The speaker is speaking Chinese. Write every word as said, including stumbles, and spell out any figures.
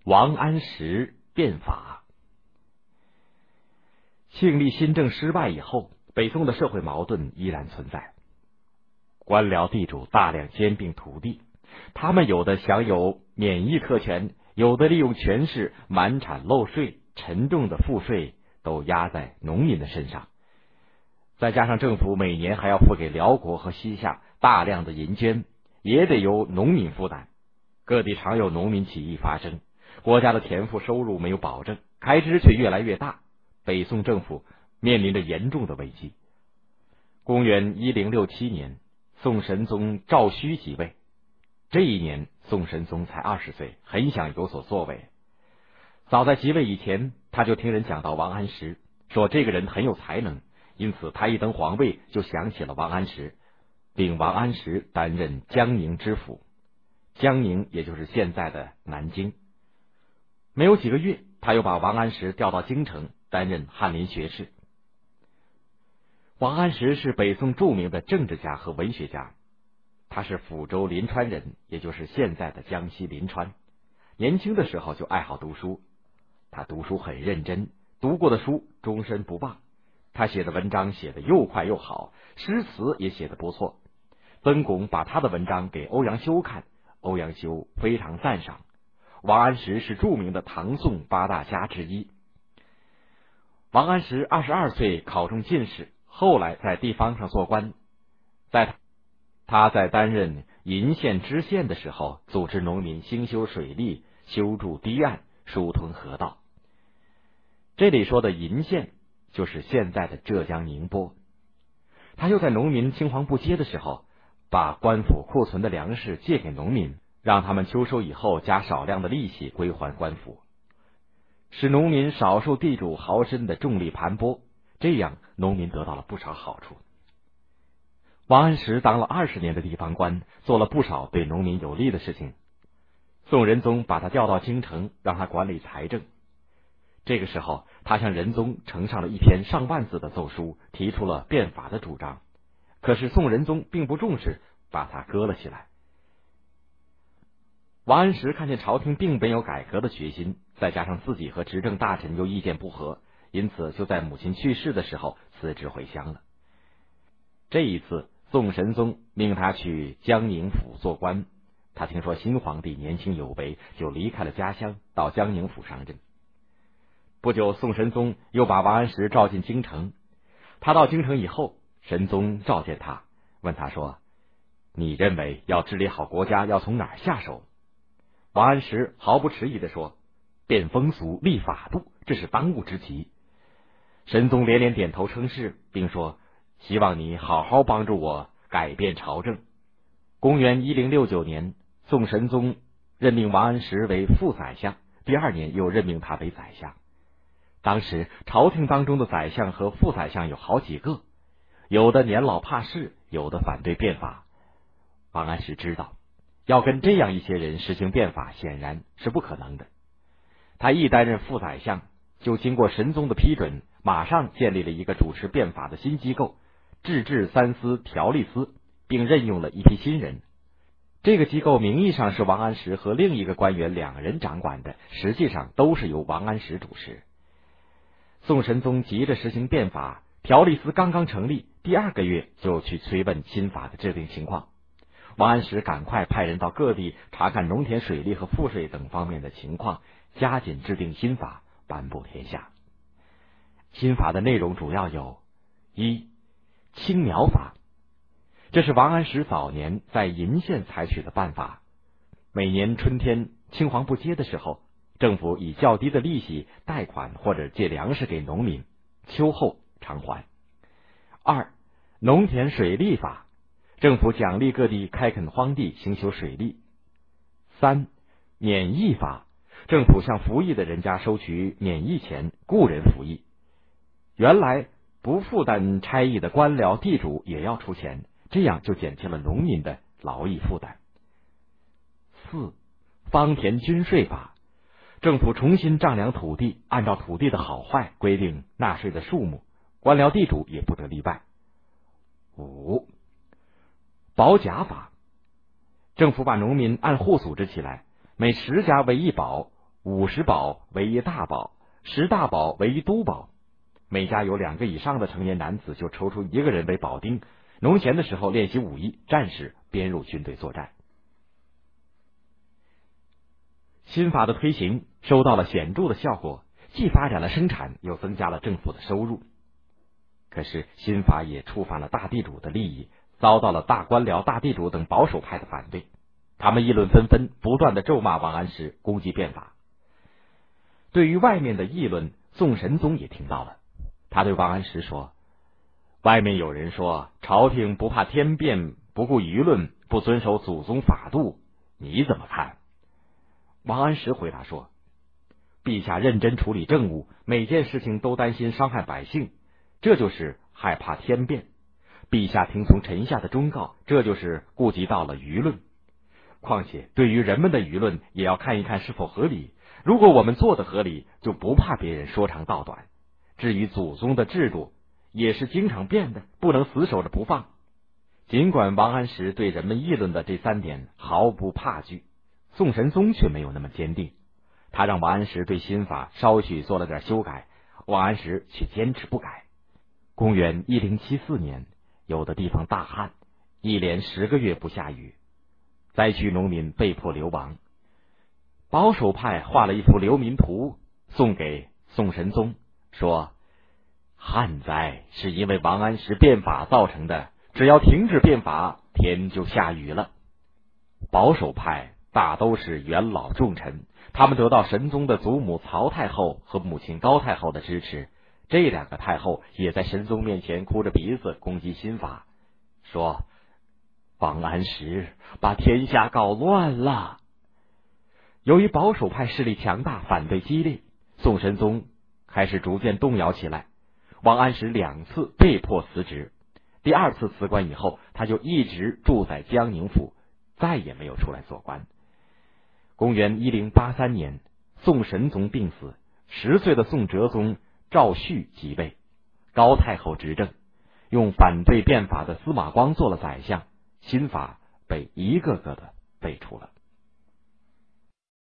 王安石变法。庆历新政失败以后，北宋的社会矛盾依然存在。官僚地主大量兼并土地，他们有的享有免役特权，有的利用权势满产漏税，沉重的赋税都压在农民的身上。再加上政府每年还要付给辽国和西夏大量的银绢，也得由农民负担。各地常有农民起义发生，国家的田赋收入没有保证，开支却越来越大，北宋政府面临着严重的危机。公元一零六七年，宋神宗赵顼即位。这一年，宋神宗才二十岁，很想有所作为。早在即位以前，他就听人讲到王安石，说这个人很有才能，因此他一登皇位就想起了王安石，令王安石担任江宁知府。江宁也就是现在的南京。没有几个月，他又把王安石调到京城担任翰林学士。王安石是北宋著名的政治家和文学家，他是抚州临川人，也就是现在的江西临川。年轻的时候就爱好读书，他读书很认真，读过的书终身不忘。他写的文章写得又快又好，诗词也写得不错。曾巩把他的文章给欧阳修看，欧阳修非常赞赏。王安石是著名的唐宋八大家之一。王安石二十二岁考中进士，后来在地方上做官。在他在担任鄞县知县的时候，组织农民兴修水利，修筑堤岸，疏通河道。这里说的鄞县就是现在的浙江宁波。他又在农民青黄不接的时候，把官府库存的粮食借给农民，让他们秋收以后加少量的利息归还官府，使农民少受地主豪绅的重力盘剥，这样农民得到了不少好处。王安石当了二十年的地方官，做了不少对农民有利的事情。宋仁宗把他调到京城，让他管理财政。这个时候，他向仁宗呈上了一篇上万字的奏书，提出了变法的主张。可是宋仁宗并不重视，把他搁了起来。王安石看见朝廷并没有改革的决心，再加上自己和执政大臣又意见不合，因此就在母亲去世的时候辞职回乡了。这一次，宋神宗命他去江宁府做官，他听说新皇帝年轻有为，就离开了家乡，到江宁府上任。不久，宋神宗又把王安石召进京城。他到京城以后，神宗召见他，问他说：“你认为要治理好国家，要从哪儿下手？”王安石毫不迟疑地说：“变风俗，立法度，这是当务之急。”神宗连连点头称是，并说：“希望你好好帮助我改变朝政。”公元一零六九年，宋神宗任命王安石为副宰相，第二年又任命他为宰相。当时朝廷当中的宰相和副宰相有好几个，有的年老怕事，有的反对变法。王安石知道要跟这样一些人实行变法显然是不可能的。他一担任副宰相，就经过神宗的批准，马上建立了一个主持变法的新机构制治三司条例司，并任用了一批新人。这个机构名义上是王安石和另一个官员两人掌管的，实际上都是由王安石主持。宋神宗急着实行变法，条例司刚刚成立，第二个月就去催问新法的制定情况。王安石赶快派人到各地查看农田水利和赋税等方面的情况，加紧制定新法，颁布天下。新法的内容主要有：一、青苗法，这是王安石早年在鄞县采取的办法。每年春天青黄不接的时候，政府以较低的利息贷款或者借粮食给农民，秋后偿还。二、农田水利法，政府奖励各地开垦荒地，兴修水利。三、免役法，政府向服役的人家收取免役钱，雇人服役。原来不负担差役的官僚地主也要出钱，这样就减轻了农民的劳役负担。四、方田均税法，政府重新丈量土地，按照土地的好坏规定纳税的数目，官僚地主也不得例外。五、保甲法，政府把农民按户组织起来，每十家为一保， 五十保为一大保，十大保为一督保。每家有两个以上的成年男子，就抽出一个人为保丁，农闲的时候练习武艺，战时编入军队作战。新法的推行收到了显著的效果，既发展了生产，又增加了政府的收入。可是新法也触犯了大地主的利益，遭到了大官僚、大地主等保守派的反对。他们议论纷纷，不断的咒骂王安石，攻击变法。对于外面的议论，宋神宗也听到了。他对王安石说，外面有人说朝廷不怕天变，不顾舆论，不遵守祖宗法度，你怎么看？王安石回答说，陛下认真处理政务，每件事情都担心伤害百姓，这就是害怕天变。陛下听从臣下的忠告，这就是顾及到了舆论。况且对于人们的舆论，也要看一看是否合理。如果我们做的合理，就不怕别人说长道短。至于祖宗的制度，也是经常变的，不能死守着不放。尽管王安石对人们议论的这三点毫不怕惧，宋神宗却没有那么坚定。他让王安石对新法稍许做了点修改，王安石却坚持不改。公元一零七四年，有的地方大旱，一连十个月不下雨，灾区农民被迫流亡。保守派画了一幅流民图，送给宋神宗，说旱灾是因为王安石变法造成的，只要停止变法，天就下雨了。保守派大都是元老重臣，他们得到神宗的祖母曹太后和母亲高太后的支持，这两个太后也在神宗面前哭着鼻子攻击新法，说王安石把天下搞乱了。由于保守派势力强大，反对激烈，宋神宗开始逐渐动摇起来。王安石两次被迫辞职，第二次辞官以后，他就一直住在江宁府，再也没有出来做官。公元一零八三年，宋神宗病死，十岁的宋哲宗赵煦即位，高太后执政，用反对变法的司马光做了宰相，新法被一个个的废除了。